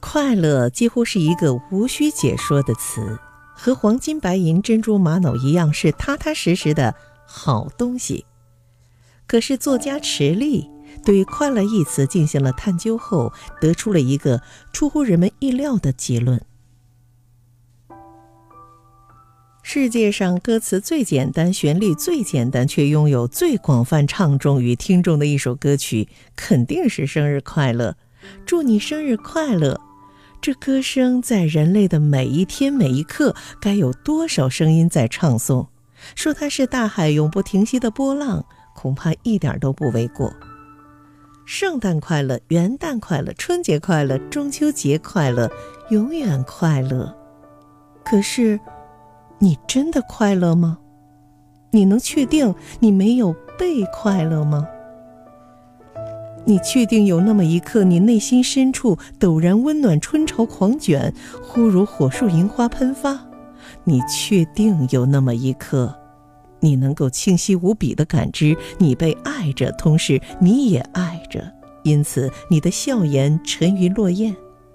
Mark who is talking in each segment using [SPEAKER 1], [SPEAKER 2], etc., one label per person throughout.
[SPEAKER 1] 快乐几乎是一个无需解说的词，和黄金白银珍珠玛瑙一样，是踏踏实实的好东西。可是作家池莉对快乐一词进行了探究后，得出了一个出乎人们意料的结论。世界上歌词最简单、旋律最简单，却拥有最广泛唱众与听众的一首歌曲，肯定是生日快乐。祝你生日快乐！这歌声在人类的每一天每一刻，该有多少声音在唱诵？说它是大海永不停息的波浪，恐怕一点都不为过。圣诞快乐，元旦快乐，春节快乐，中秋节快乐，永远快乐。可是你真的快乐吗？你能确定你没有被快乐吗？你确定有那么一刻，你内心深处陡然温暖，春潮狂卷，忽如火树银花喷发？你确定有那么一刻，你能够清晰无比地感知你被爱着，同时你也爱着，因此你的笑颜沉鱼落雁？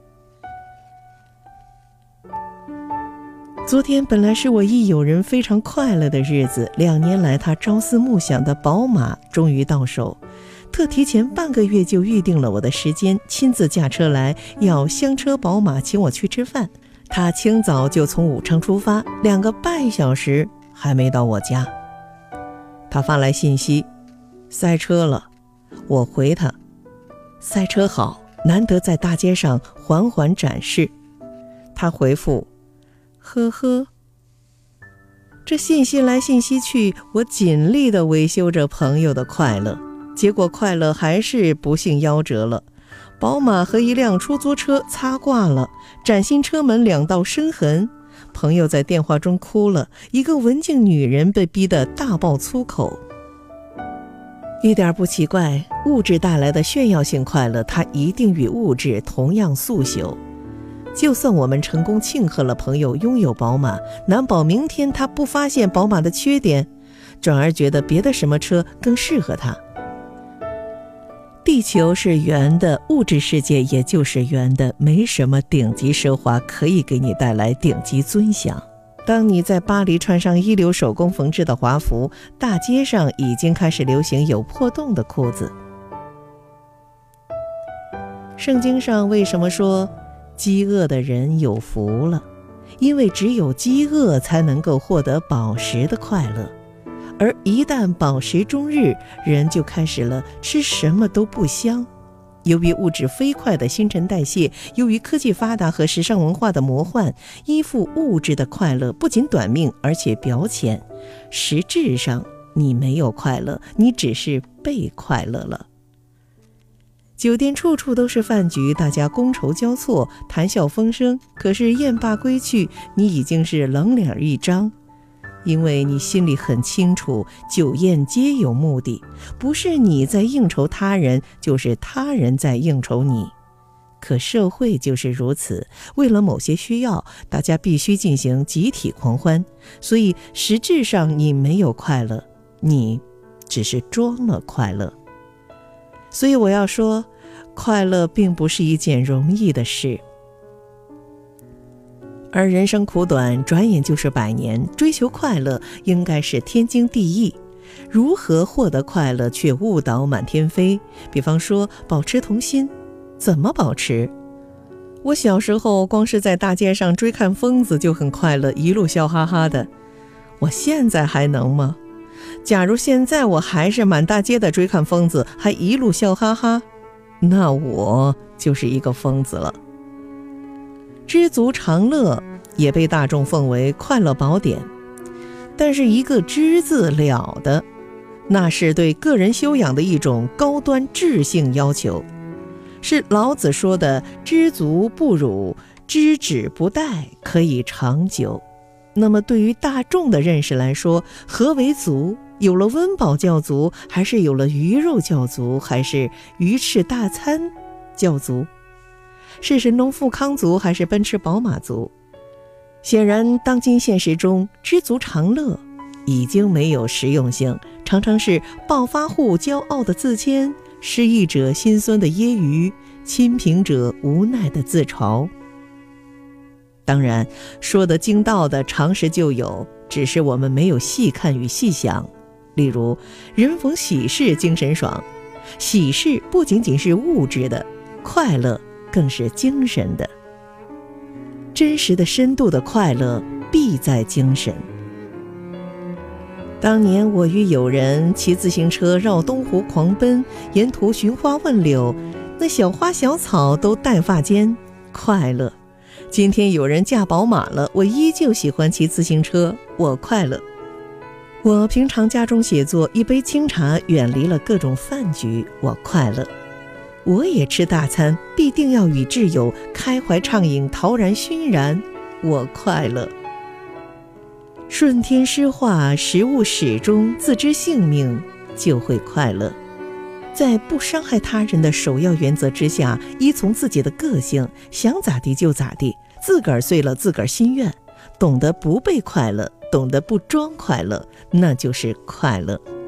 [SPEAKER 1] 昨天本来是我一友人非常快乐的日子，2年来他朝思暮想的宝马终于到手，特提前半个月就预定了我的时间，亲自驾车来，要香车宝马请我去吃饭。他清早就从武昌出发，2个半小时还没到我家。他发来信息，塞车了。我回他，塞车好，难得在大街上缓缓展示。他回复，呵呵。这信息来信息去，我尽力地维修着朋友的快乐，结果快乐还是不幸夭折了。宝马和一辆出租车擦挂了，崭新车门2道深痕。朋友在电话中哭了，一个文静女人被逼得大爆粗口。一点不奇怪，物质带来的炫耀性快乐，它一定与物质同样速朽。就算我们成功庆贺了朋友拥有宝马，难保明天他不发现宝马的缺点，转而觉得别的什么车更适合他。地球是圆的，物质世界也就是圆的，没什么顶级奢华可以给你带来顶级尊享。当你在巴黎穿上一流手工缝制的华服，大街上已经开始流行有破洞的裤子。圣经上为什么说饥饿的人有福了？因为只有饥饿才能够获得饱食的快乐，而一旦饱食终日，人就开始了吃什么都不香。由于物质飞快的新陈代谢，由于科技发达和时尚文化的魔幻，依附物质的快乐不仅短命，而且表浅。实质上你没有快乐，你只是被快乐了。酒店处处都是饭局，大家觥筹交错，谈笑风生，可是宴罢归去，你已经是冷脸一张。因为你心里很清楚，酒宴皆有目的，不是你在应酬他人，就是他人在应酬你。可社会就是如此，为了某些需要，大家必须进行集体狂欢，所以实质上你没有快乐，你只是装了快乐。所以我要说，快乐并不是一件容易的事。而人生苦短，转眼就是100年，追求快乐应该是天经地义。如何获得快乐却误导满天飞？比方说保持童心，怎么保持？我小时候光是在大街上追看疯子就很快乐，一路笑哈哈的。我现在还能吗？假如现在我还是满大街的追看疯子，还一路笑哈哈，那我就是一个疯子了。知足常乐也被大众奉为快乐宝典，但是一个知字了的，那是对个人修养的一种高端智性要求，是老子说的知足不辱，知止不殆，可以长久。那么对于大众的认识来说，何为足？有了温饱叫足，还是有了鱼肉叫足，还是鱼翅大餐叫足？是神农富康族还是奔驰宝马族？显然当今现实中，知足常乐已经没有实用性，常常是暴发户骄傲的自谦，失意者心酸的揶揄， 亲贫者无奈的自嘲。当然，说得精到的常识就有，只是我们没有细看与细想。例如，人逢喜事精神爽，喜事不仅仅是物质的，快乐更是精神的。真实的深度的快乐必在精神。当年我与友人骑自行车绕东湖狂奔，沿途寻花问柳，那小花小草都淡发间，快乐。今天有人驾宝马了，我依旧喜欢骑自行车，我快乐。我平常家中写作，一杯清茶远离了各种饭局，我快乐。我也吃大餐，必定要与挚友开怀畅饮，陶然熏然，我快乐。顺天施化，食物始终自知性命，就会快乐。在不伤害他人的首要原则之下，依从自己的个性，想咋地就咋地，自个儿遂了自个儿心愿，懂得不被快乐，懂得不装快乐，那就是快乐。